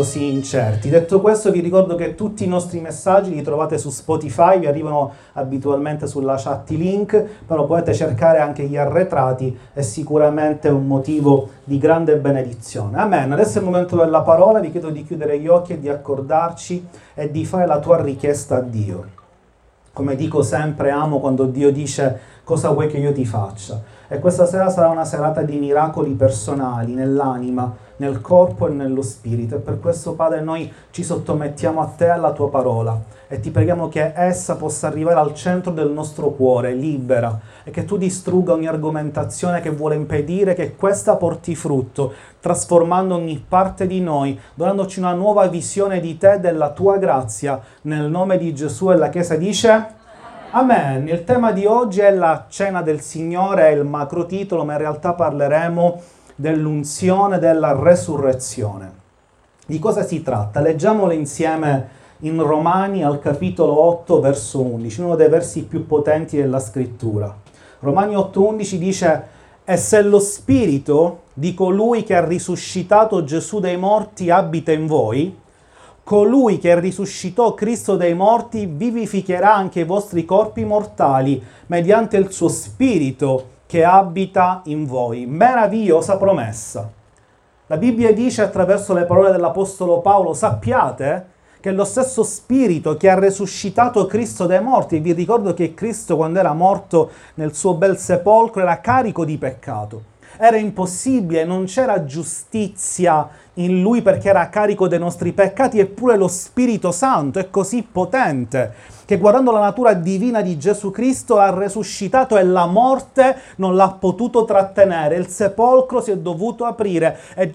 così incerti. Detto questo, vi ricordo che tutti i nostri messaggi li trovate su Spotify, vi arrivano abitualmente sulla chat i link, però potete cercare anche gli arretrati, è sicuramente un motivo di grande benedizione. Amen. Adesso è il momento della parola, vi chiedo di chiudere gli occhi e di accordarci e di fare la tua richiesta a Dio. Come dico sempre, amo quando Dio dice cosa vuoi che io ti faccia. E questa sera sarà una serata di miracoli personali, nell'anima, nel corpo e nello spirito. E per questo, Padre, noi ci sottomettiamo a te e alla tua parola. E ti preghiamo che essa possa arrivare al centro del nostro cuore, libera, e che tu distrugga ogni argomentazione che vuole impedire che questa porti frutto, trasformando ogni parte di noi, donandoci una nuova visione di te e della tua grazia. Nel nome di Gesù, e la Chiesa dice... Amen. Il tema di oggi è la cena del Signore, è il macro titolo, ma in realtà parleremo dell'unzione della resurrezione. Di cosa si tratta? Leggiamolo insieme in Romani al capitolo 8, verso 11, uno dei versi più potenti della scrittura. Romani 8:11 dice: «E se lo spirito di colui che ha risuscitato Gesù dai morti abita in voi, colui che risuscitò Cristo dai morti vivificherà anche i vostri corpi mortali mediante il suo spirito che abita in voi». Meravigliosa promessa. La Bibbia dice attraverso le parole dell'Apostolo Paolo: sappiate che lo stesso spirito che ha resuscitato Cristo dai morti, e vi ricordo che Cristo, quando era morto nel suo bel sepolcro, era carico di peccato. Era impossibile, non c'era giustizia in lui perché era a carico dei nostri peccati, eppure lo Spirito Santo è così potente che, guardando la natura divina di Gesù Cristo, l'ha resuscitato e la morte non l'ha potuto trattenere. Il sepolcro si è dovuto aprire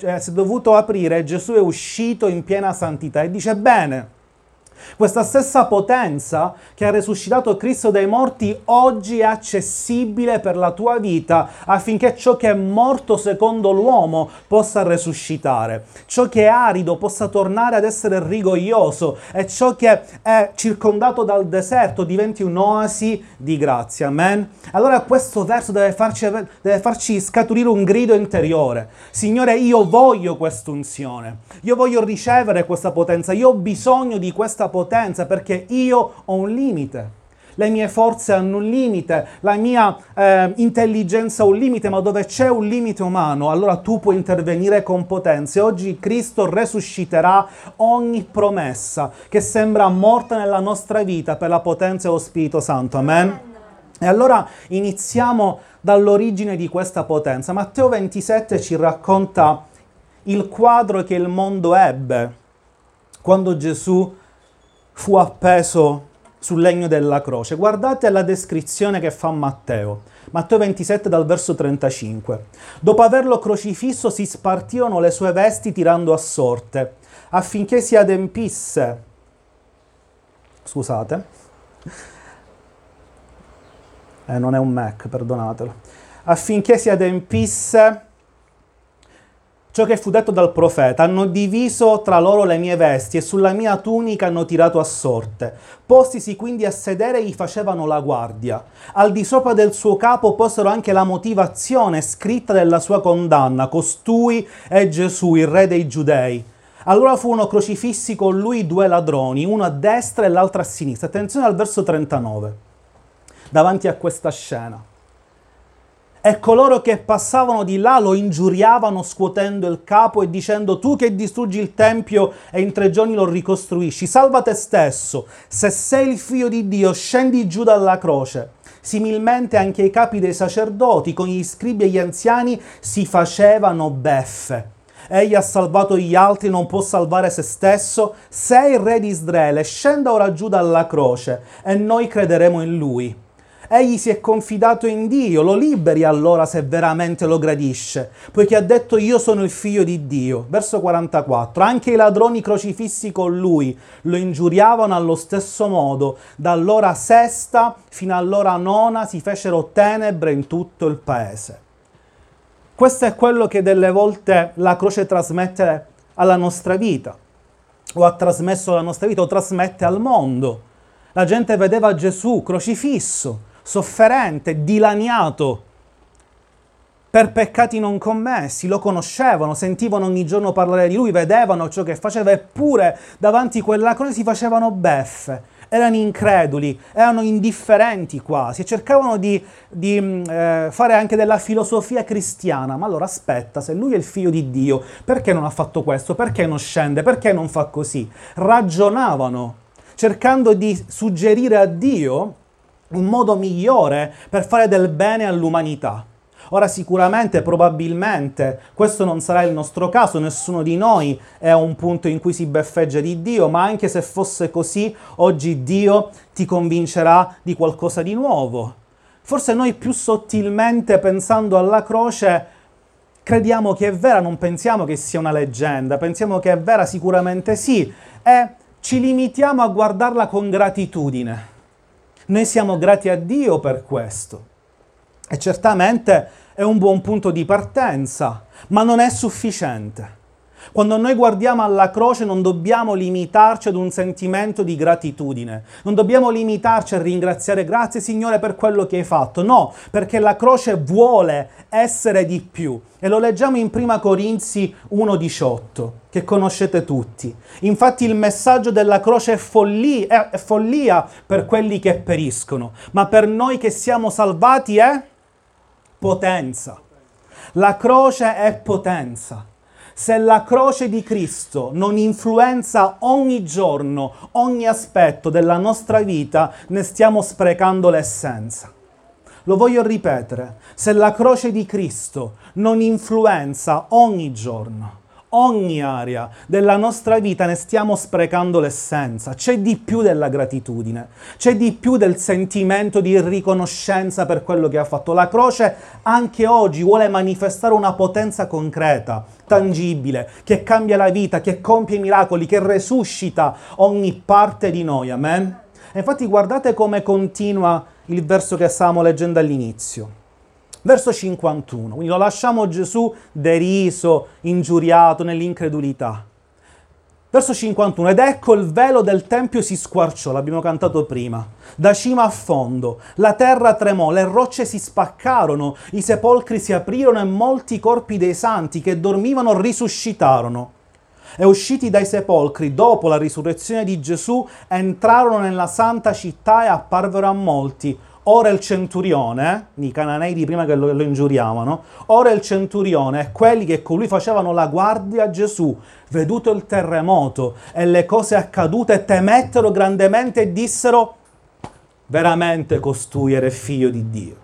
e Gesù è uscito in piena santità. E dice: bene, questa stessa potenza che ha resuscitato Cristo dai morti oggi è accessibile per la tua vita, affinché ciò che è morto secondo l'uomo possa resuscitare, ciò che è arido possa tornare ad essere rigoglioso, e ciò che è circondato dal deserto diventi un'oasi di grazia. Amen? Allora questo verso deve farci scaturire un grido interiore: Signore, io voglio quest'unzione, io voglio ricevere questa potenza, io ho bisogno di questa potenza, perché io ho un limite, le mie forze hanno un limite, la mia intelligenza ha un limite, ma dove c'è un limite umano, allora tu puoi intervenire con potenza. E oggi Cristo resusciterà ogni promessa che sembra morta nella nostra vita per la potenza dello Spirito Santo. Amen? E allora iniziamo dall'origine di questa potenza. Matteo 27 ci racconta il quadro che il mondo ebbe quando Gesù fu appeso sul legno della croce. Guardate la descrizione che fa Matteo. Matteo 27 dal verso 35. Dopo averlo crocifisso si spartirono le sue vesti tirando a sorte, affinché si adempisse. Scusate. Non è un Mac, perdonatelo. Affinché si adempisse ciò che fu detto dal profeta: hanno diviso tra loro le mie vesti e sulla mia tunica hanno tirato a sorte. Postisi quindi a sedere gli facevano la guardia. Al di sopra del suo capo posero anche la motivazione scritta della sua condanna: costui è Gesù, il re dei Giudei. Allora furono crocifissi con lui due ladroni, uno a destra e l'altro a sinistra. Attenzione al verso 39, davanti a questa scena. E coloro che passavano di là lo ingiuriavano scuotendo il capo e dicendo: tu che distruggi il tempio e in 3 giorni lo ricostruisci, salva te stesso. Se sei il figlio di Dio, scendi giù dalla croce. Similmente anche i capi dei sacerdoti con gli scribi e gli anziani si facevano beffe. Egli ha salvato gli altri, non può salvare se stesso? Sei il re di Israele, scenda ora giù dalla croce e noi crederemo in lui. Egli si è confidato in Dio, lo liberi allora se veramente lo gradisce, poiché ha detto: io sono il figlio di Dio. Verso 44. Anche i ladroni crocifissi con lui lo ingiuriavano allo stesso modo. Dall'ora sesta fino all'ora nona si fecero tenebre in tutto il paese. Questo è quello che delle volte la croce trasmette alla nostra vita, o ha trasmesso alla nostra vita, o trasmette al mondo. La gente vedeva Gesù crocifisso, sofferente, dilaniato, per peccati non commessi, lo conoscevano, sentivano ogni giorno parlare di lui, vedevano ciò che faceva, eppure davanti a quella croce si facevano beffe. Erano increduli, erano indifferenti quasi e cercavano di fare anche della filosofia cristiana. Ma allora aspetta, se lui è il figlio di Dio, perché non ha fatto questo? Perché non scende? Perché non fa così? Ragionavano, cercando di suggerire a Dio un modo migliore per fare del bene all'umanità. Ora sicuramente, probabilmente, questo non sarà il nostro caso, nessuno di noi è a un punto in cui si beffeggia di Dio, ma anche se fosse così, oggi Dio ti convincerà di qualcosa di nuovo. Forse noi più sottilmente, pensando alla croce, crediamo che è vera, non pensiamo che sia una leggenda, pensiamo che è vera, sicuramente sì, e ci limitiamo a guardarla con gratitudine. Noi siamo grati a Dio per questo. E certamente è un buon punto di partenza, ma non è sufficiente. Quando noi guardiamo alla croce non dobbiamo limitarci ad un sentimento di gratitudine, non dobbiamo limitarci a ringraziare grazie Signore per quello che hai fatto, no, perché la croce vuole essere di più. E lo leggiamo in 1 Corinzi 1,18, che conoscete tutti. Infatti il messaggio della croce è follia per quelli che periscono, ma per noi che siamo salvati è potenza. La croce è potenza. Se la croce di Cristo non influenza ogni giorno, ogni aspetto della nostra vita, ne stiamo sprecando l'essenza. Lo voglio ripetere, se la croce di Cristo non influenza ogni giorno, ogni area della nostra vita, ne stiamo sprecando l'essenza. C'è di più della gratitudine, c'è di più del sentimento di riconoscenza per quello che ha fatto. La croce anche oggi vuole manifestare una potenza concreta, tangibile, che cambia la vita, che compie miracoli, che resuscita ogni parte di noi. Amen? E infatti guardate come continua il verso che stavamo leggendo all'inizio. Verso 51, quindi lo lasciamo Gesù deriso, ingiuriato nell'incredulità. Verso 51, ed ecco il velo del Tempio si squarciò, l'abbiamo cantato prima, da cima a fondo, la terra tremò, le rocce si spaccarono, i sepolcri si aprirono e molti corpi dei santi che dormivano risuscitarono. E usciti dai sepolcri dopo la risurrezione di Gesù, entrarono nella santa città e apparvero a molti. Ora il centurione, i cananei di prima che lo ingiuriavano, ora il centurione e quelli che con lui facevano la guardia a Gesù, veduto il terremoto e le cose accadute, temettero grandemente e dissero: veramente costui era il figlio di Dio.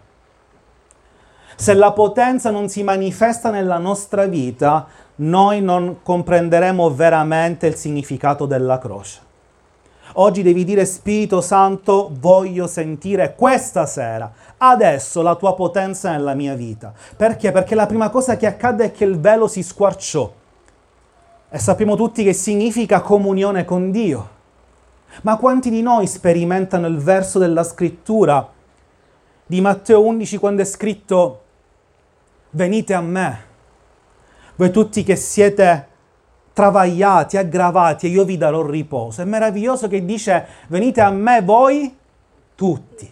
Se la potenza non si manifesta nella nostra vita, noi non comprenderemo veramente il significato della croce. Oggi devi dire: Spirito Santo, voglio sentire questa sera, adesso, la tua potenza nella mia vita. Perché? Perché la prima cosa che accade è che il velo si squarciò. E sappiamo tutti che significa comunione con Dio. Ma quanti di noi sperimentano il verso della scrittura di Matteo 11 quando è scritto: venite a me, voi tutti che siete travagliati, aggravati, e io vi darò riposo. È meraviglioso che dice: venite a me voi tutti.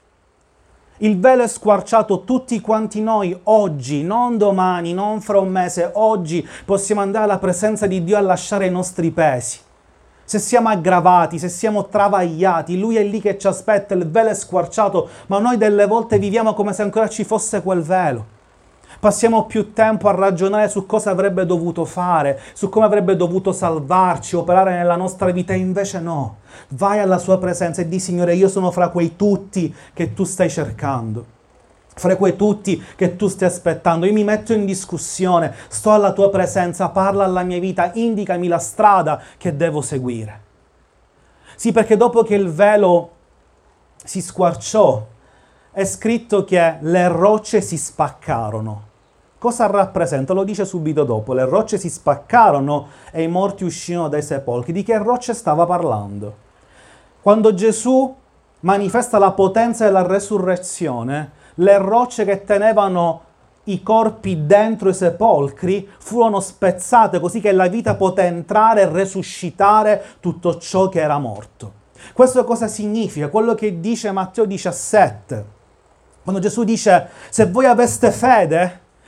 Il velo è squarciato, tutti quanti noi oggi, non domani, non fra un mese, oggi possiamo andare alla presenza di Dio a lasciare i nostri pesi. Se siamo aggravati, se siamo travagliati, Lui è lì che ci aspetta, il velo è squarciato, ma noi delle volte viviamo come se ancora ci fosse quel velo. Passiamo più tempo a ragionare su cosa avrebbe dovuto fare, su come avrebbe dovuto salvarci, operare nella nostra vita, e invece no. Vai alla sua presenza e di: Signore, io sono fra quei tutti che tu stai cercando, fra quei tutti che tu stai aspettando. Io mi metto in discussione, sto alla tua presenza, parla alla mia vita, indicami la strada che devo seguire. Sì, perché dopo che il velo si squarciò, è scritto che le rocce si spaccarono. Cosa rappresenta? Lo dice subito dopo: le rocce si spaccarono e i morti uscirono dai sepolcri. Di che rocce stava parlando? Quando Gesù manifesta la potenza della resurrezione, le rocce che tenevano i corpi dentro i sepolcri furono spezzate, così che la vita poté entrare e resuscitare tutto ciò che era morto. Questo cosa significa? Quello che dice Matteo 17. Quando Gesù dice: se voi aveste fede,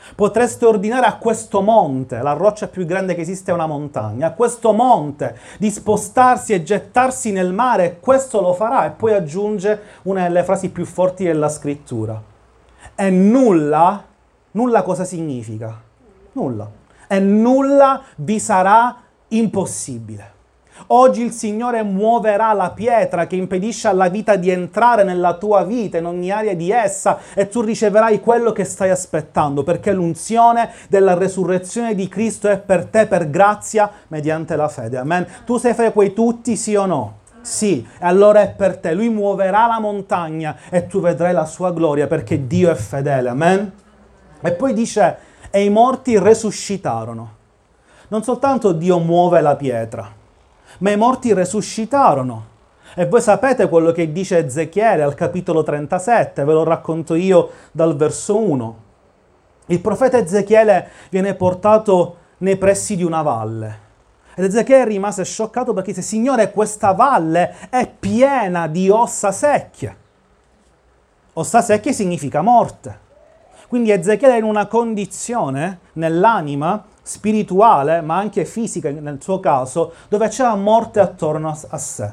Potreste ordinare a questo monte, la roccia più grande che esiste è una montagna, a questo monte di spostarsi e gettarsi nel mare, e questo lo farà. E poi aggiunge una delle frasi più forti della scrittura. E nulla cosa significa? Nulla. E nulla vi sarà impossibile. Oggi il Signore muoverà la pietra che impedisce alla vita di entrare nella tua vita, in ogni area di essa, e tu riceverai quello che stai aspettando, perché l'unzione della resurrezione di Cristo è per te per grazia mediante la fede. Amen. Tu sei fra quei tutti, sì o no? Sì, e allora è per te. Lui muoverà la montagna e tu vedrai la sua gloria, perché Dio è fedele. Amen. E poi dice, e i morti resuscitarono. Non soltanto Dio muove la pietra, ma i morti resuscitarono. E voi sapete quello che dice Ezechiele al capitolo 37, ve lo racconto io dal verso 1. Il profeta Ezechiele viene portato nei pressi di una valle. Ed Ezechiele rimase scioccato perché disse, Signore, questa valle è piena di ossa secche. Ossa secche significa morte. Quindi Ezechiele è in una condizione nell'anima spirituale, ma anche fisica nel suo caso, dove c'era morte attorno a sé.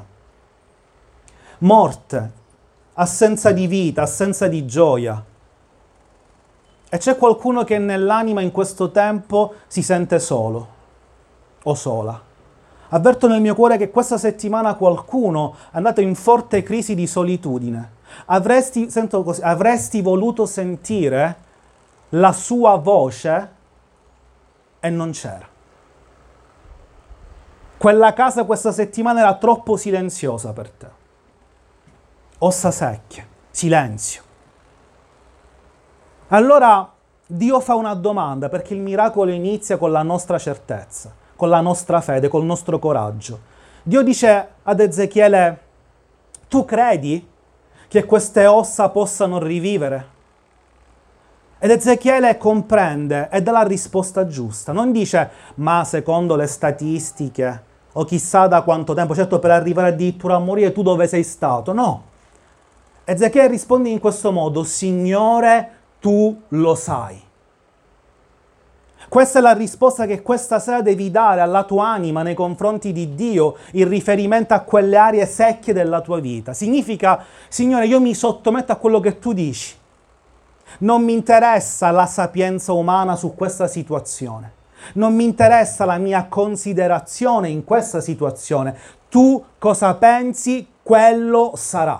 Morte, assenza di vita, assenza di gioia. E c'è qualcuno che nell'anima in questo tempo si sente solo o sola. Avverto nel mio cuore che questa settimana qualcuno è andato in forte crisi di solitudine. Avresti voluto sentire la sua voce e non c'era. Quella casa questa settimana era troppo silenziosa per te. Ossa secche, silenzio. Allora Dio fa una domanda, perché il miracolo inizia con la nostra certezza, con la nostra fede, col nostro coraggio. Dio dice ad Ezechiele, tu credi che queste ossa possano rivivere? Ed Ezechiele comprende e dà la risposta giusta. Non dice, ma secondo le statistiche, o chissà da quanto tempo, certo per arrivare addirittura a morire tu dove sei stato. No. Ezechiele risponde in questo modo, Signore, tu lo sai. Questa è la risposta che questa sera devi dare alla tua anima nei confronti di Dio in riferimento a quelle aree secche della tua vita. Significa, Signore, io mi sottometto a quello che tu dici. Non mi interessa la sapienza umana su questa situazione. Non mi interessa la mia considerazione in questa situazione. Tu cosa pensi, quello sarà.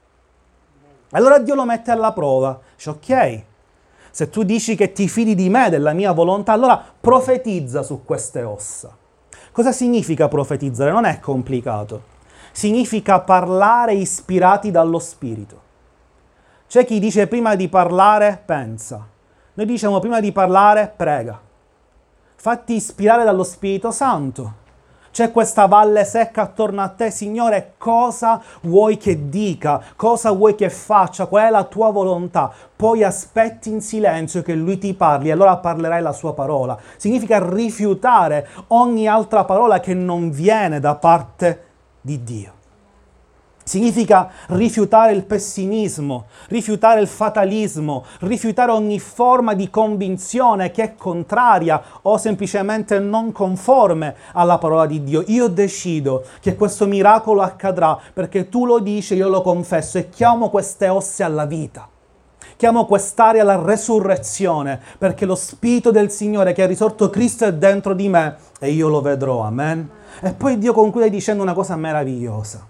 Allora Dio lo mette alla prova. Dice, ok, se tu dici che ti fidi di me, della mia volontà, allora profetizza su queste ossa. Cosa significa profetizzare? Non è complicato. Significa parlare ispirati dallo Spirito. C'è chi dice prima di parlare, pensa. Noi diciamo prima di parlare, prega. Fatti ispirare dallo Spirito Santo. C'è questa valle secca attorno a te, Signore, cosa vuoi che dica? Cosa vuoi che faccia? Qual è la tua volontà? Poi aspetti in silenzio che Lui ti parli e allora parlerai la sua parola. Significa rifiutare ogni altra parola che non viene da parte di Dio. Significa rifiutare il pessimismo, rifiutare il fatalismo, rifiutare ogni forma di convinzione che è contraria o semplicemente non conforme alla parola di Dio. Io decido che questo miracolo accadrà perché tu lo dici, io lo confesso e chiamo queste ossa alla vita. Chiamo quest'area alla resurrezione perché lo Spirito del Signore che ha risorto Cristo è dentro di me e io lo vedrò. Amen. E poi Dio conclude dicendo una cosa meravigliosa.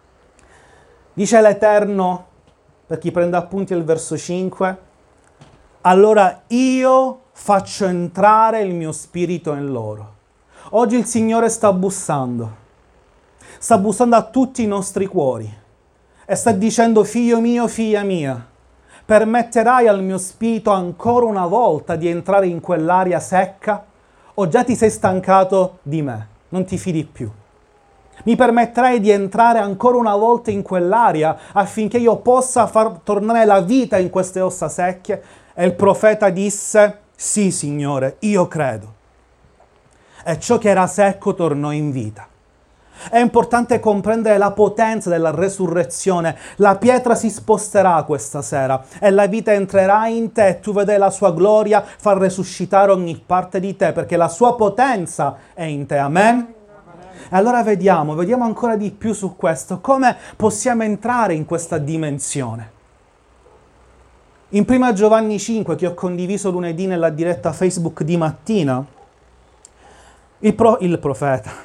Dice l'Eterno, per chi prende appunti il verso 5, allora io faccio entrare il mio spirito in loro. Oggi il Signore sta bussando a tutti i nostri cuori e sta dicendo, figlio mio, figlia mia, permetterai al mio spirito ancora una volta di entrare in quell'aria secca o già ti sei stancato di me, non ti fidi più? Mi permetterai di entrare ancora una volta in quell'area affinché io possa far tornare la vita in queste ossa secche? E il profeta disse, sì Signore, io credo. E ciò che era secco tornò in vita. È importante comprendere la potenza della resurrezione. La pietra si sposterà questa sera e la vita entrerà in te e tu vedrai la sua gloria far resuscitare ogni parte di te perché la sua potenza è in te. Amen? E allora vediamo ancora di più su questo, come possiamo entrare in questa dimensione. In 1 Giovanni 5, che ho condiviso lunedì nella diretta Facebook di mattina, il profeta,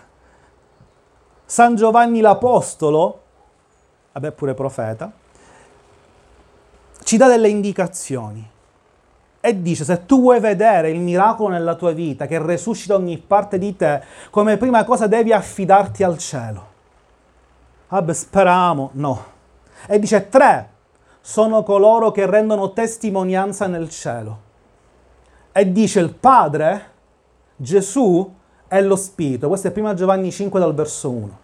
San Giovanni l'Apostolo, vabbè pure profeta, ci dà delle indicazioni e dice: se tu vuoi vedere il miracolo nella tua vita che resuscita ogni parte di te, come prima cosa devi affidarti al cielo. Vabbè, speriamo, no. E dice: 3 sono coloro che rendono testimonianza nel cielo. E dice il Padre, Gesù e lo Spirito. Questo è 1 Giovanni 5 dal verso 1.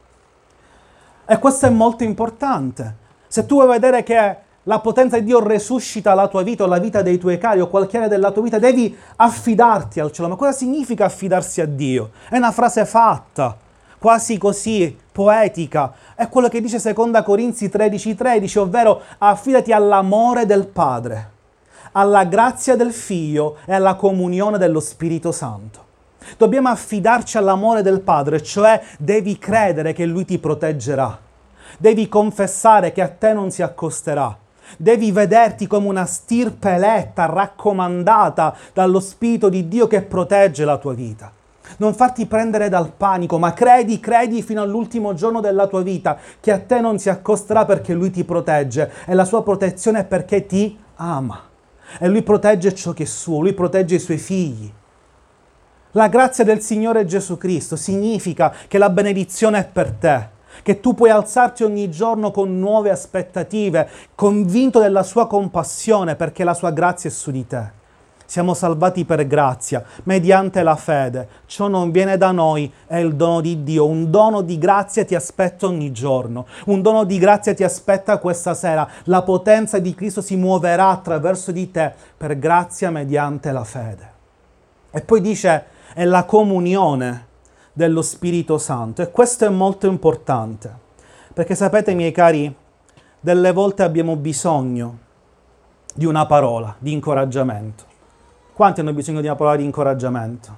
E questo è molto importante. Se tu vuoi vedere che la potenza di Dio resuscita la tua vita o la vita dei tuoi cari o qualche della tua vita, devi affidarti al cielo. Ma cosa significa affidarsi a Dio? È una frase fatta, quasi così poetica. È quello che dice 2 Corinzi 13:13, ovvero affidati all'amore del Padre, alla grazia del Figlio e alla comunione dello Spirito Santo. Dobbiamo affidarci all'amore del Padre, cioè devi credere che Lui ti proteggerà. Devi confessare che a te non si accosterà. Devi vederti come una stirpe eletta, raccomandata dallo Spirito di Dio che protegge la tua vita. Non farti prendere dal panico, ma credi fino all'ultimo giorno della tua vita che a te non si accosterà perché Lui ti protegge e la sua protezione è perché ti ama. E Lui protegge ciò che è suo, Lui protegge i suoi figli. La grazia del Signore Gesù Cristo significa che la benedizione è per te, che tu puoi alzarti ogni giorno con nuove aspettative, convinto della sua compassione perché la sua grazia è su di te. Siamo salvati per grazia, mediante la fede. Ciò non viene da noi, è il dono di Dio. Un dono di grazia ti aspetta ogni giorno. Un dono di grazia ti aspetta questa sera. La potenza di Cristo si muoverà attraverso di te per grazia mediante la fede. E poi dice, è la comunione dello Spirito Santo. E questo è molto importante. Perché sapete, miei cari, delle volte abbiamo bisogno di una parola di incoraggiamento. Quanti hanno bisogno di una parola di incoraggiamento?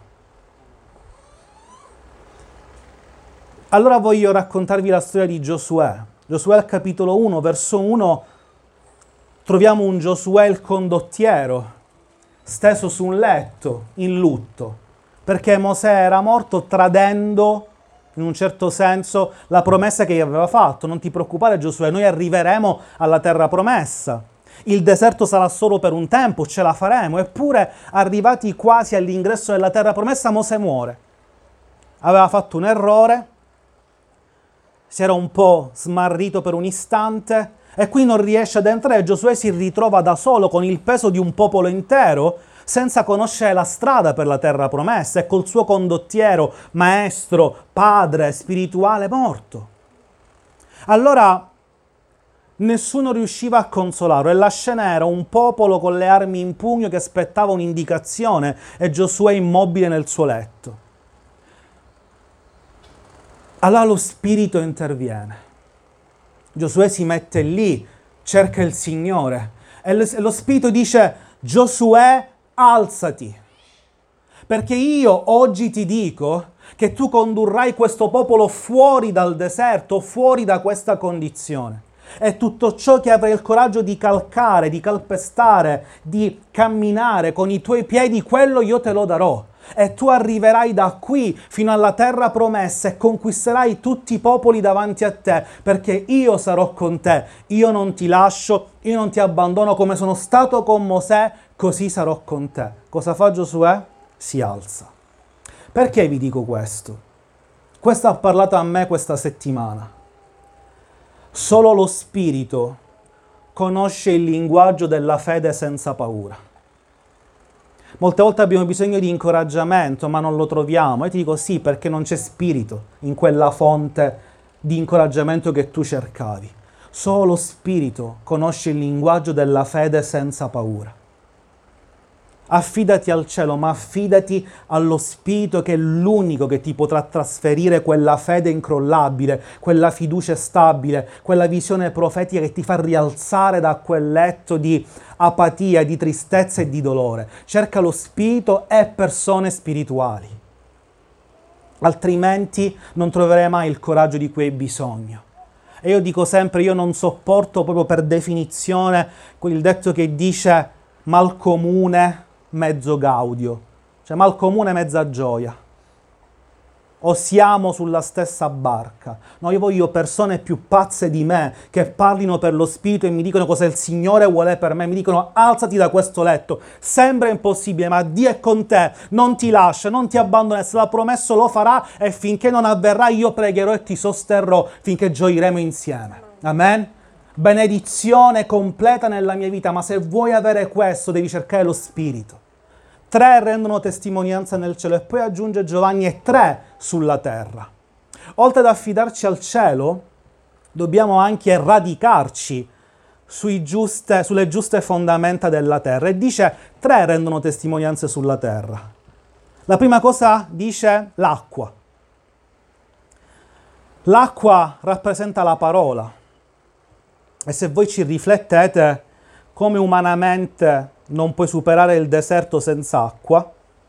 Allora voglio raccontarvi la storia di Giosuè. Giosuè al capitolo 1, verso 1, troviamo un Giosuè il condottiero, steso su un letto, in lutto, perché Mosè era morto tradendo, in un certo senso, la promessa che gli aveva fatto. Non ti preoccupare Giosuè, noi arriveremo alla terra promessa. Il deserto sarà solo per un tempo, ce la faremo. Eppure, arrivati quasi all'ingresso della terra promessa, Mosè muore. Aveva fatto un errore, si era un po' smarrito per un istante e qui non riesce ad entrare. Giosuè si ritrova da solo con il peso di un popolo intero, senza conoscere la strada per la terra promessa e col suo condottiero, maestro, padre spirituale morto. Allora nessuno riusciva a consolarlo e la scena era un popolo con le armi in pugno che aspettava un'indicazione e Giosuè immobile nel suo letto. Allora lo Spirito interviene. Giosuè si mette lì, cerca il Signore e lo Spirito dice: Giosuè, alzati, perché io oggi ti dico che tu condurrai questo popolo fuori dal deserto, fuori da questa condizione. E tutto ciò che avrai il coraggio di calcare, di calpestare, di camminare con i tuoi piedi, quello io te lo darò. E tu arriverai da qui fino alla terra promessa e conquisterai tutti i popoli davanti a te, perché io sarò con te, io non ti lascio, io non ti abbandono, come sono stato con Mosè, così sarò con te. Cosa fa Giosuè? Si alza. Perché vi dico questo? Questo ha parlato a me questa settimana. Solo lo Spirito conosce il linguaggio della fede senza paura. Molte volte abbiamo bisogno di incoraggiamento, ma non lo troviamo. E ti dico sì, perché non c'è spirito in quella fonte di incoraggiamento che tu cercavi. Solo lo Spirito conosce il linguaggio della fede senza paura. Affidati al cielo, ma affidati allo Spirito, che è l'unico che ti potrà trasferire quella fede incrollabile, quella fiducia stabile, quella visione profetica che ti fa rialzare da quel letto di apatia, di tristezza e di dolore. Cerca lo Spirito e persone spirituali, altrimenti non troverai mai il coraggio di cui hai bisogno. E io dico sempre, io non sopporto proprio per definizione il detto che dice mal comune mezzo gaudio, cioè mal comune mezza gioia, o siamo sulla stessa barca. No, io voglio persone più pazze di me, che parlino per lo Spirito e mi dicono cosa il Signore vuole per me, mi dicono alzati da questo letto, sembra impossibile, ma Dio è con te, non ti lascia, non ti abbandona, se l'ha promesso lo farà, e finché non avverrà io pregherò e ti sosterrò finché gioiremo insieme. Amen? Benedizione completa nella mia vita, ma se vuoi avere questo devi cercare lo Spirito. 3 rendono testimonianza nel cielo, e poi aggiunge Giovanni, e 3 sulla terra. Oltre ad affidarci al cielo, dobbiamo anche radicarci sulle giuste fondamenta della terra. E dice 3 rendono testimonianza sulla terra. La prima cosa dice l'acqua. L'acqua rappresenta la parola. E se voi ci riflettete, come umanamente non puoi superare il deserto senza acqua,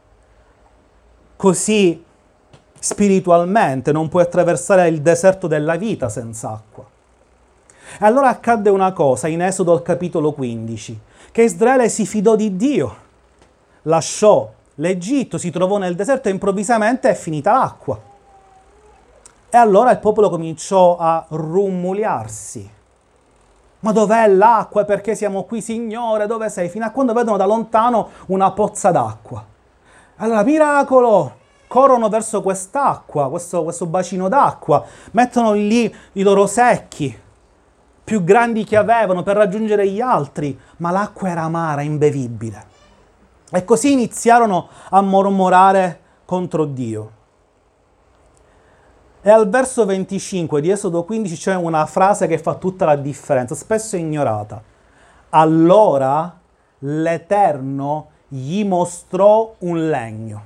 così spiritualmente non puoi attraversare il deserto della vita senza acqua. E allora accadde una cosa in Esodo al capitolo 15, che Israele si fidò di Dio, lasciò l'Egitto, si trovò nel deserto e improvvisamente è finita l'acqua. E allora il popolo cominciò a rummuliarsi. Ma dov'è l'acqua? Perché siamo qui, Signore? Dove sei? Fino a quando vedono da lontano una pozza d'acqua. Allora, miracolo! Corrono verso quest'acqua, questo bacino d'acqua, mettono lì i loro secchi, più grandi che avevano, per raggiungere gli altri, ma l'acqua era amara, imbevibile. E così iniziarono a mormorare contro Dio. E al verso 25 di Esodo 15 c'è una frase che fa tutta la differenza, spesso ignorata. Allora l'Eterno gli mostrò un legno.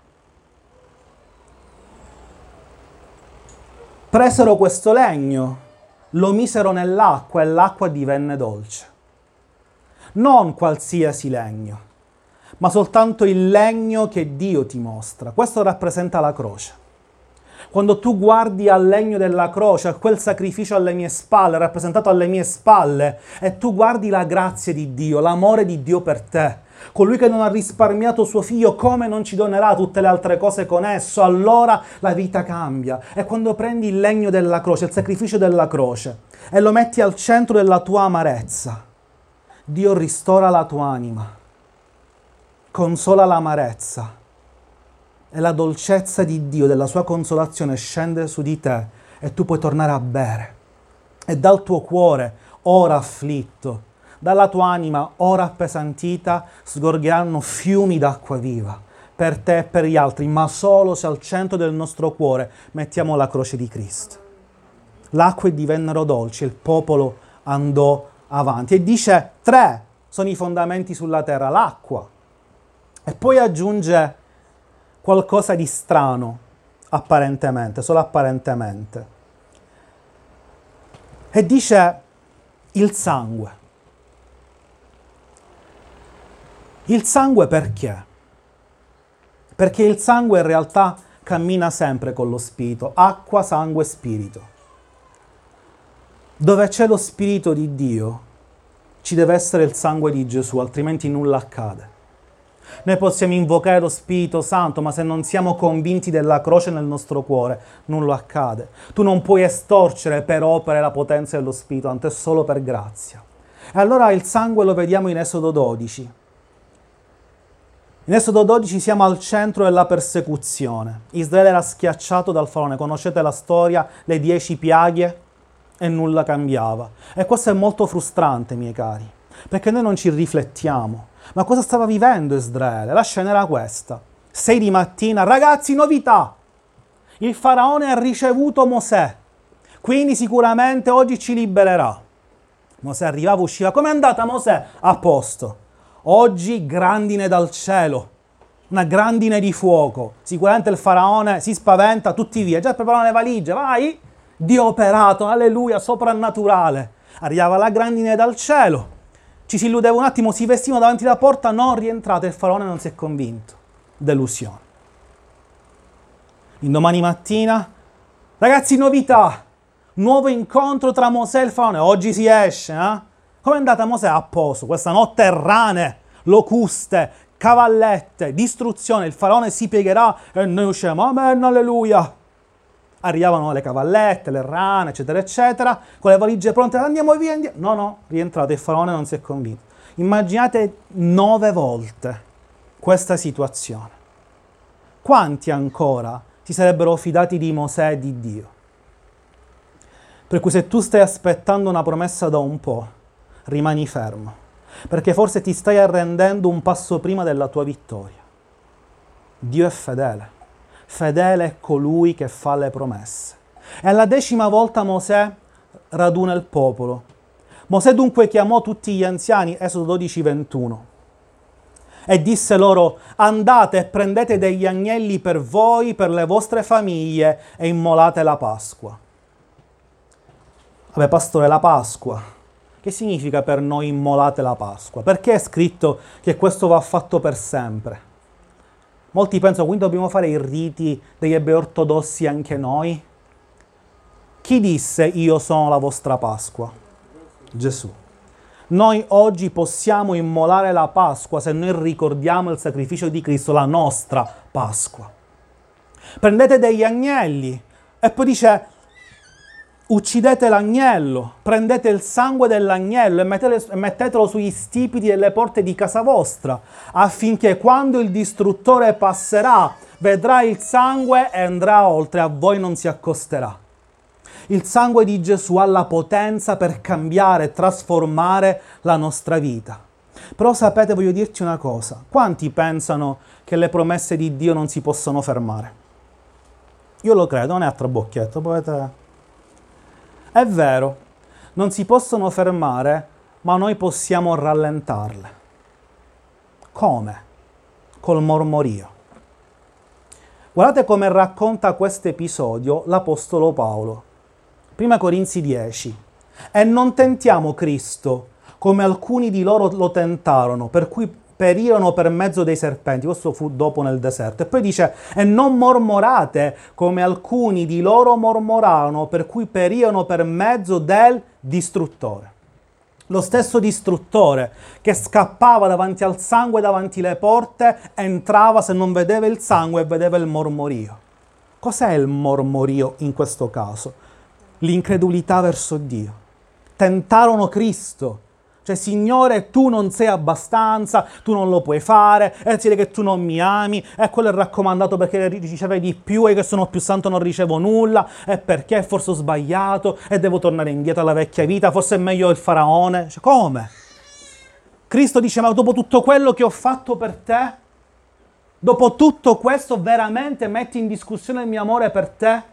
Presero questo legno, lo misero nell'acqua e l'acqua divenne dolce. Non qualsiasi legno, ma soltanto il legno che Dio ti mostra. Questo rappresenta la croce. Quando tu guardi al legno della croce, a quel sacrificio alle mie spalle, rappresentato alle mie spalle, e tu guardi la grazia di Dio, l'amore di Dio per te, colui che non ha risparmiato suo figlio, come non ci donerà tutte le altre cose con esso, allora la vita cambia. E quando prendi il legno della croce, il sacrificio della croce, e lo metti al centro della tua amarezza, Dio ristora la tua anima, consola l'amarezza, e la dolcezza di Dio, della sua consolazione, scende su di te e tu puoi tornare a bere. E dal tuo cuore, ora afflitto, dalla tua anima, ora appesantita, sgorgeranno fiumi d'acqua viva per te e per gli altri, ma solo se al centro del nostro cuore mettiamo la croce di Cristo. L'acque divennero dolci, il popolo andò avanti. E dice 3 sono i fondamenti sulla terra, l'acqua. E poi aggiunge qualcosa di strano, apparentemente, solo apparentemente. E dice il sangue. Il sangue perché? Perché il sangue in realtà cammina sempre con lo spirito, acqua, sangue, spirito. Dove c'è lo spirito di Dio, ci deve essere il sangue di Gesù, altrimenti nulla accade. Noi possiamo invocare lo Spirito Santo, ma se non siamo convinti della croce nel nostro cuore, nulla accade. Tu non puoi estorcere per opere la potenza dello Spirito Santo, è solo per grazia. E allora il sangue lo vediamo in Esodo 12. In Esodo 12 siamo al centro della persecuzione. Israele era schiacciato dal faraone, conoscete la storia, le 10 piaghe, e nulla cambiava. E questo è molto frustrante, miei cari, perché noi non ci riflettiamo. Ma cosa stava vivendo Israele? La scena era questa. 6 di mattina, ragazzi, novità! Il faraone ha ricevuto Mosè, quindi sicuramente oggi ci libererà. Mosè arrivava, usciva. Com'è andata Mosè? A posto. Oggi grandine dal cielo, una grandine di fuoco. Sicuramente il faraone si spaventa, tutti via. Già preparano le valigie, vai! Dio operato, alleluia, soprannaturale. Arrivava la grandine dal cielo. Ci si illudeva un attimo, si vestivano davanti alla porta, non rientrate, il faraone non si è convinto. Delusione. Indomani mattina, ragazzi, novità, nuovo incontro tra Mosè e il faraone, oggi si esce, Come è andata Mosè? A posto, questa notte rane, locuste, cavallette, distruzione, il faraone si piegherà e noi usciremo, amen, alleluia. Arrivavano le cavallette, le rane, eccetera, eccetera, con le valigie pronte, andiamo via, andiamo. No, rientrate, il faraone non si è convinto. Immaginate 9 volte questa situazione. Quanti ancora si sarebbero fidati di Mosè e di Dio? Per cui se tu stai aspettando una promessa da un po', rimani fermo, perché forse ti stai arrendendo un passo prima della tua vittoria. Dio è fedele. Fedele è colui che fa le promesse. E alla 10ª volta Mosè raduna il popolo. Mosè dunque chiamò tutti gli anziani, Esodo 12:21, e disse loro: andate e prendete degli agnelli per voi, per le vostre famiglie, e immolate la Pasqua. Vabbè, pastore, la Pasqua. Che significa per noi immolate la Pasqua? Perché è scritto che questo va fatto per sempre? Molti pensano, quindi dobbiamo fare i riti degli ebrei ortodossi anche noi? Chi disse io sono la vostra Pasqua? Gesù. Noi oggi possiamo immolare la Pasqua se noi ricordiamo il sacrificio di Cristo, la nostra Pasqua. Prendete degli agnelli e poi dice uccidete l'agnello, prendete il sangue dell'agnello e mettetelo sugli stipiti delle porte di casa vostra, affinché quando il distruttore passerà, vedrà il sangue e andrà oltre, a voi non si accosterà. Il sangue di Gesù ha la potenza per cambiare e trasformare la nostra vita. Però sapete, voglio dirti una cosa, quanti pensano che le promesse di Dio non si possono fermare? Io lo credo, non è a trabocchietto, potete... È vero, non si possono fermare, ma noi possiamo rallentarle. Come? Col mormorio. Guardate come racconta questo episodio l'Apostolo Paolo. 1 Corinzi 10. E non tentiamo Cristo, come alcuni di loro lo tentarono, per cui perirono per mezzo dei serpenti. Questo fu dopo nel deserto. E poi dice, e non mormorate come alcuni di loro mormorarono, per cui perirono per mezzo del distruttore. Lo stesso distruttore che scappava davanti al sangue, davanti alle porte, entrava se non vedeva il sangue e vedeva il mormorio. Cos'è il mormorio in questo caso? L'incredulità verso Dio. Tentarono Cristo. Cioè, Signore, tu non sei abbastanza, tu non lo puoi fare, e si vede che tu non mi ami, e quello è raccomandato perché riceve di più, e che sono più santo non ricevo nulla, e perché forse ho sbagliato, e devo tornare indietro alla vecchia vita, forse è meglio il faraone. Cioè, come? Cristo dice, ma dopo tutto quello che ho fatto per te, dopo tutto questo veramente metti in discussione il mio amore per te?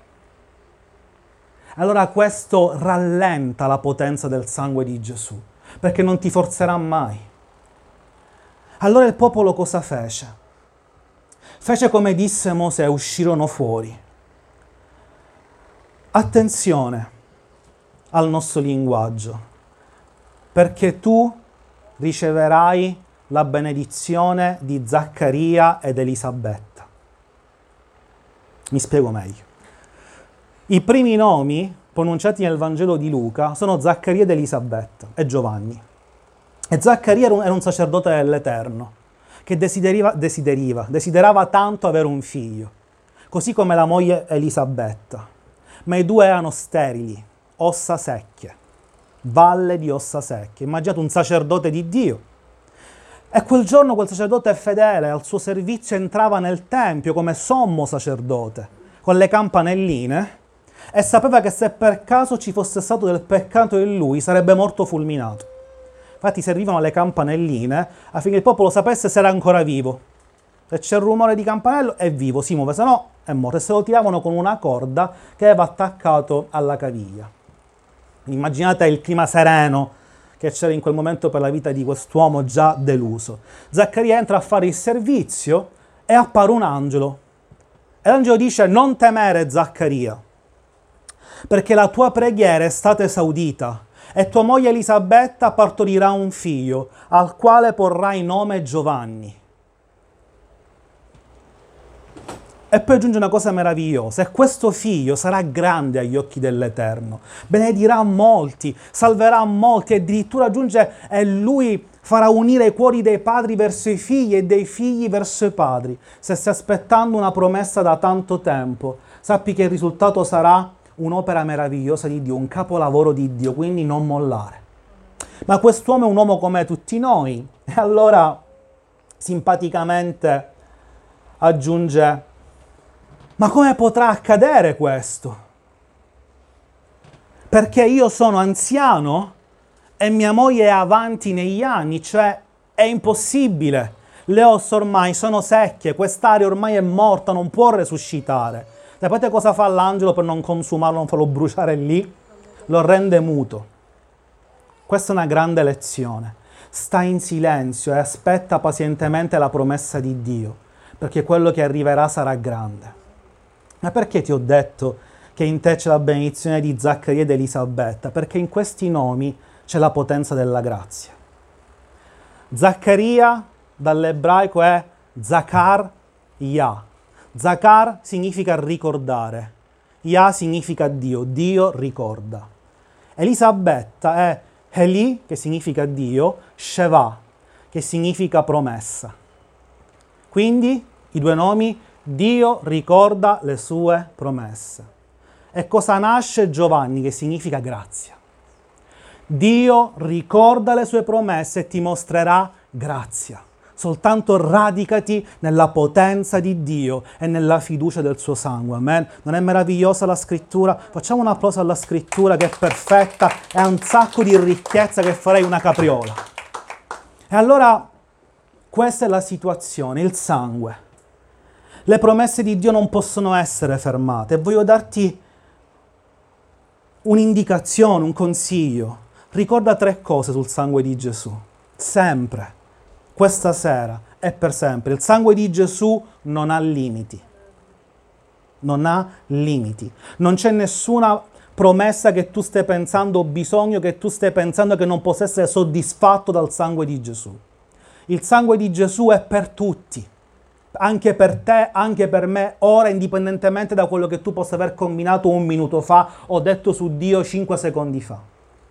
Allora questo rallenta la potenza del sangue di Gesù, perché non ti forzerà mai. Allora il popolo cosa fece? Fece come disse Mosè, uscirono fuori. Attenzione al nostro linguaggio, perché tu riceverai la benedizione di Zaccaria ed Elisabetta. Mi spiego meglio. I primi nomi pronunciati nel Vangelo di Luca sono Zaccaria ed Elisabetta e Giovanni. E Zaccaria era un sacerdote dell'Eterno che desiderava tanto avere un figlio, così come la moglie Elisabetta. Ma i due erano sterili, ossa secche, valle di ossa secche. Immaginate un sacerdote di Dio. E quel giorno quel sacerdote fedele al suo servizio entrava nel tempio come sommo sacerdote, con le campanelline, e sapeva che se per caso ci fosse stato del peccato in lui sarebbe morto fulminato. Infatti servivano le campanelline affinché il popolo sapesse se era ancora vivo. Se c'è il rumore di campanello è vivo, si muove, se no è morto. E se lo tiravano con una corda che aveva attaccato alla caviglia. Immaginate il clima sereno che c'era in quel momento per la vita di quest'uomo già deluso. Zaccaria entra a fare il servizio e appare un angelo. E l'angelo dice: non temere, Zaccaria, perché la tua preghiera è stata esaudita e tua moglie Elisabetta partorirà un figlio, al quale porrai nome Giovanni. E poi aggiunge una cosa meravigliosa: e questo figlio sarà grande agli occhi dell'Eterno, benedirà molti, salverà molti, e addirittura aggiunge: e lui farà unire i cuori dei padri verso i figli e dei figli verso i padri. Se stai aspettando una promessa da tanto tempo, sappi che il risultato sarà un'opera meravigliosa di Dio, un capolavoro di Dio, quindi non mollare. Ma quest'uomo è un uomo come tutti noi, e allora simpaticamente aggiunge: ma come potrà accadere questo? Perché io sono anziano e mia moglie è avanti negli anni, cioè è impossibile. Le ossa ormai sono secche, quest'area ormai è morta, non può resuscitare. Sapete cosa fa l'angelo per non consumarlo, non farlo bruciare lì? Lo rende muto. Questa è una grande lezione. Sta in silenzio e aspetta pazientemente la promessa di Dio, perché quello che arriverà sarà grande. Ma perché ti ho detto che in te c'è la benedizione di Zaccaria ed Elisabetta? Perché in questi nomi c'è la potenza della grazia. Zaccaria dall'ebraico è Zakar Yah. Zakar significa ricordare, Yah significa Dio, Dio ricorda. Elisabetta è Eli, che significa Dio, Sheva, che significa promessa. Quindi i due nomi: Dio ricorda le sue promesse. E cosa nasce Giovanni, che significa grazia? Dio ricorda le sue promesse e ti mostrerà grazia. Soltanto radicati nella potenza di Dio e nella fiducia del suo sangue. Amen. Non è meravigliosa la scrittura? Facciamo un applauso alla scrittura, che è perfetta e ha un sacco di ricchezza che farei una capriola. E allora questa è la situazione, il sangue. Le promesse di Dio non possono essere fermate. E voglio darti un'indicazione, un consiglio. Ricorda 3 cose sul sangue di Gesù. Sempre. Questa sera e per sempre. Il sangue di Gesù non ha limiti. Non ha limiti. Non c'è nessuna promessa che tu stai pensando o bisogno che tu stai pensando che non possa essere soddisfatto dal sangue di Gesù. Il sangue di Gesù è per tutti. Anche per te, anche per me, ora, indipendentemente da quello che tu possa aver combinato 1 minuto fa o detto su Dio 5 secondi fa.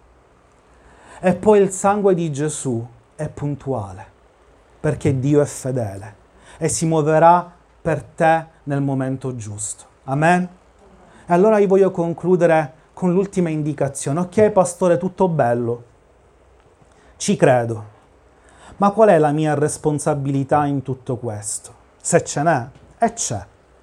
E poi il sangue di Gesù è puntuale, perché Dio è fedele e si muoverà per te nel momento giusto. Amen? E allora io voglio concludere con l'ultima indicazione. Ok, pastore, tutto bello. Ci credo. Ma qual è la mia responsabilità in tutto questo? Se ce n'è, e c'è.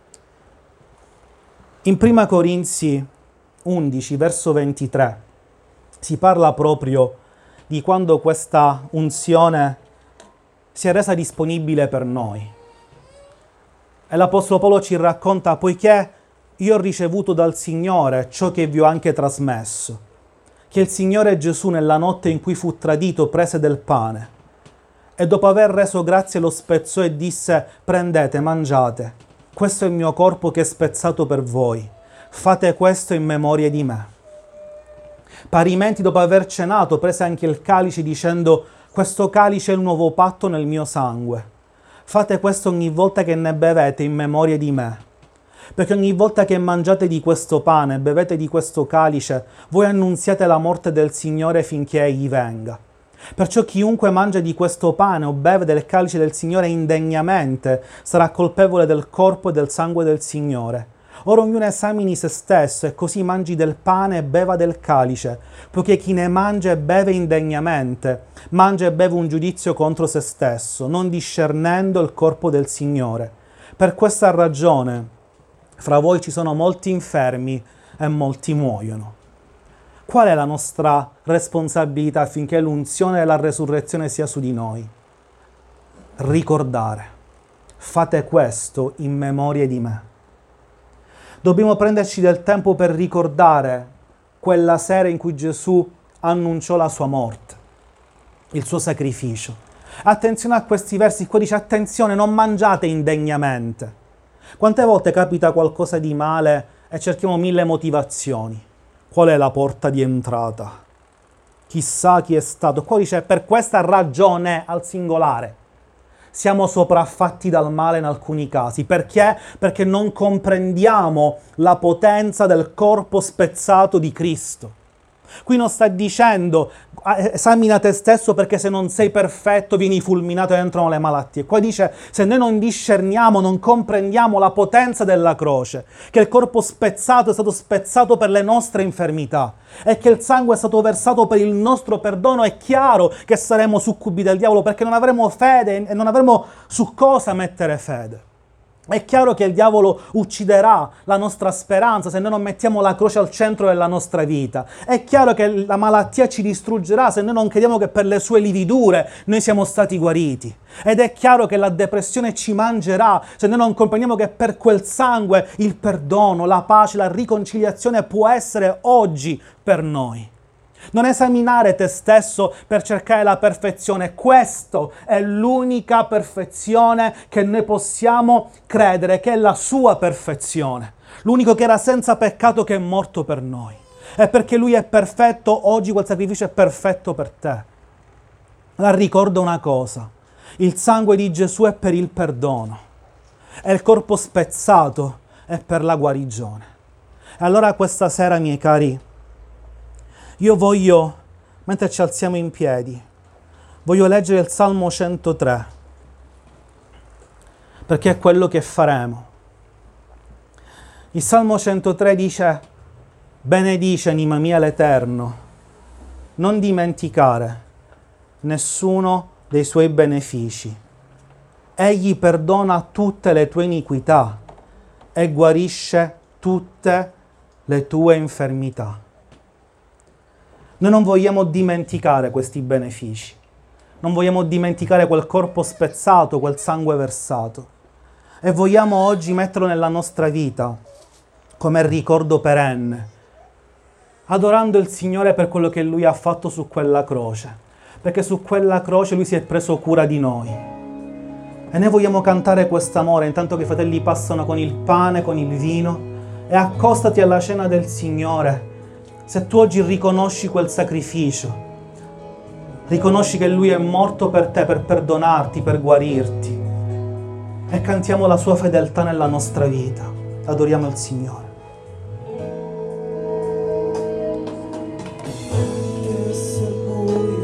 In 1 Corinzi 11, verso 23, si parla proprio di quando questa unzione si è resa disponibile per noi. E l'Apostolo Paolo ci racconta: poiché io ho ricevuto dal Signore ciò che vi ho anche trasmesso, che il Signore Gesù, nella notte in cui fu tradito, prese del pane e dopo aver reso grazie lo spezzò e disse: prendete, mangiate, questo è il mio corpo che è spezzato per voi, fate questo in memoria di me. Parimenti, dopo aver cenato, prese anche il calice dicendo: questo calice è il nuovo patto nel mio sangue, fate questo ogni volta che ne bevete in memoria di me. Perché ogni volta che mangiate di questo pane e bevete di questo calice, voi annunziate la morte del Signore finché egli venga. Perciò chiunque mangia di questo pane o beve del calice del Signore indegnamente sarà colpevole del corpo e del sangue del Signore. Ora ognuno esamini se stesso e così mangi del pane e beva del calice, poiché chi ne mangia e beve indegnamente mangia e beve un giudizio contro se stesso, non discernendo il corpo del Signore. Per questa ragione fra voi ci sono molti infermi e molti muoiono. Qual è la nostra responsabilità affinché l'unzione e la resurrezione sia su di noi? Ricordare. Fate questo in memoria di me. Dobbiamo prenderci del tempo per ricordare quella sera in cui Gesù annunciò la sua morte. il suo sacrificio. Attenzione a questi versi, qua dice attenzione, non mangiate indegnamente. Quante volte capita qualcosa di male e cerchiamo 1000 motivazioni? Qual è la porta di entrata? Chissà chi è stato. Qua dice per questa ragione al singolare. Siamo sopraffatti dal male in alcuni casi. Perché? Perché non comprendiamo la potenza del corpo spezzato di Cristo. Qui non sta dicendo esamina te stesso perché se non sei perfetto vieni fulminato e entrano le malattie. Qua dice se noi non discerniamo, non comprendiamo la potenza della croce, che il corpo spezzato è stato spezzato per le nostre infermità e che il sangue è stato versato per il nostro perdono, è chiaro che saremo succubi del diavolo perché non avremo fede e non avremo su cosa mettere fede. È chiaro che il diavolo ucciderà la nostra speranza se noi non mettiamo la croce al centro della nostra vita. È chiaro che la malattia ci distruggerà se noi non crediamo che per le sue lividure noi siamo stati guariti. Ed è chiaro che la depressione ci mangerà se noi non comprendiamo che per quel sangue il perdono, la pace, la riconciliazione può essere oggi per noi. Non esaminare te stesso per cercare la perfezione. Questa è l'unica perfezione che noi possiamo credere, che è la sua perfezione. L'unico che era senza peccato che è morto per noi. E perché lui è perfetto, oggi quel sacrificio è perfetto per te. La ricordo una cosa. Il sangue di Gesù è per il perdono. E il corpo spezzato è per la guarigione. E allora questa sera, miei cari, io voglio, mentre ci alziamo in piedi, voglio leggere il Salmo 103, perché è quello che faremo. Il Salmo 103 dice, benedice anima mia l'Eterno, non dimenticare nessuno dei suoi benefici. Egli perdona tutte le tue iniquità e guarisce tutte le tue infermità. Noi non vogliamo dimenticare questi benefici, non vogliamo dimenticare quel corpo spezzato, quel sangue versato e vogliamo oggi metterlo nella nostra vita come ricordo perenne, adorando il Signore per quello che Lui ha fatto su quella croce, perché su quella croce Lui si è preso cura di noi. E noi vogliamo cantare quest'amore intanto che i fratelli passano con il pane, con il vino, e accostati alla cena del Signore. Se tu oggi riconosci quel sacrificio, riconosci che Lui è morto per te, per perdonarti, per guarirti, e cantiamo la sua fedeltà nella nostra vita, adoriamo il Signore.